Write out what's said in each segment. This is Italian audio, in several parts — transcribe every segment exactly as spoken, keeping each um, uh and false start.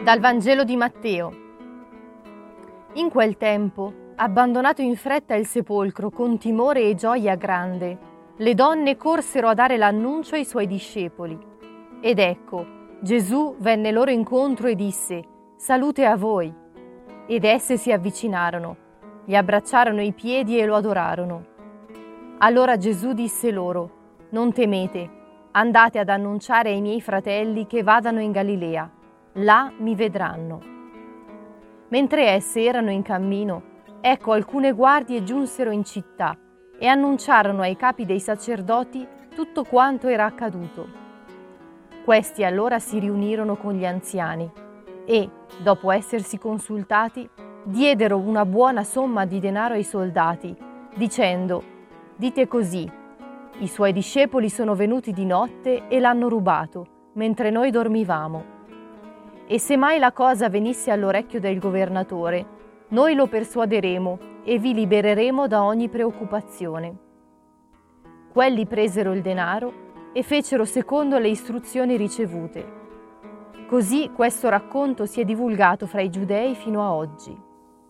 Dal Vangelo di Matteo. In quel tempo, abbandonato in fretta il sepolcro con timore e gioia grande, le donne corsero a dare l'annuncio ai suoi discepoli. Ed ecco, Gesù venne loro incontro e disse: «Salute a voi!» Ed esse si avvicinarono, gli abbracciarono i piedi e lo adorarono. Allora Gesù disse loro: «Non temete, andate ad annunciare ai miei fratelli che vadano in Galilea. Là mi vedranno». Mentre esse erano in cammino, ecco alcune guardie giunsero in città e annunciarono ai capi dei sacerdoti tutto quanto era accaduto. Questi allora si riunirono con gli anziani e, dopo essersi consultati, diedero una buona somma di denaro ai soldati, dicendo: «Dite così: i suoi discepoli sono venuti di notte e l'hanno rubato, mentre noi dormivamo. E se mai la cosa venisse all'orecchio del governatore, noi lo persuaderemo e vi libereremo da ogni preoccupazione». Quelli presero il denaro e fecero secondo le istruzioni ricevute. Così questo racconto si è divulgato fra i giudei fino a oggi.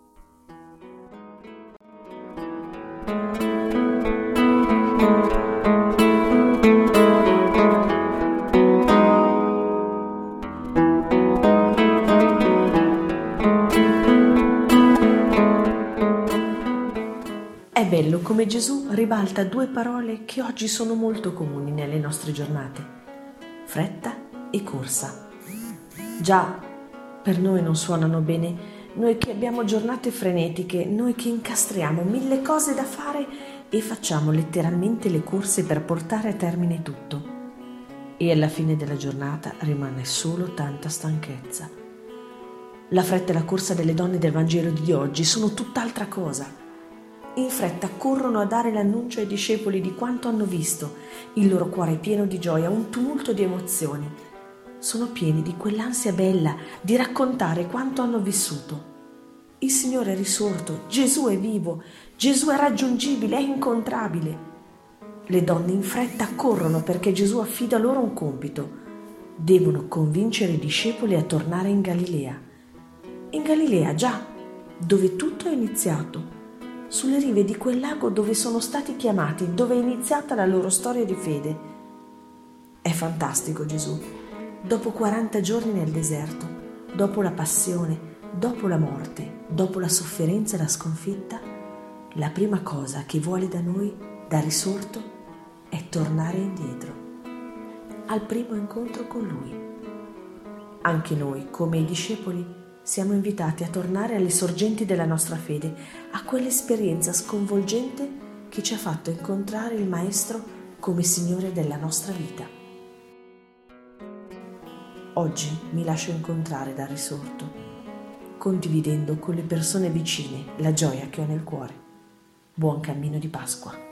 È bello come Gesù ribalta due parole che oggi sono molto comuni nelle nostre giornate: fretta e corsa. Già, per noi non suonano bene, noi che abbiamo giornate frenetiche, noi che incastriamo mille cose da fare e facciamo letteralmente le corse per portare a termine tutto. E alla fine della giornata rimane solo tanta stanchezza. La fretta e la corsa delle donne del Vangelo di oggi sono tutt'altra cosa. In fretta corrono a dare l'annuncio ai discepoli di quanto hanno visto, il loro cuore è pieno di gioia, un tumulto di emozioni. Sono pieni di quell'ansia bella di raccontare quanto hanno vissuto. Il Signore è risorto, Gesù è vivo, Gesù è raggiungibile, è incontrabile. Le donne in fretta corrono perché Gesù affida loro un compito. Devono convincere i discepoli a tornare in Galilea. In Galilea, già, dove tutto è iniziato. Sulle rive di quel lago dove sono stati chiamati, dove è iniziata la loro storia di fede. È fantastico Gesù. Dopo quaranta giorni nel deserto, dopo la passione, dopo la morte, dopo la sofferenza e la sconfitta, la prima cosa che vuole da noi, da risorto, è tornare indietro, al primo incontro con Lui. Anche noi, come i discepoli, siamo invitati a tornare alle sorgenti della nostra fede, a quell'esperienza sconvolgente che ci ha fatto incontrare il Maestro come Signore della nostra vita. Oggi mi lascio incontrare dal risorto, condividendo con le persone vicine la gioia che ho nel cuore. Buon cammino di Pasqua.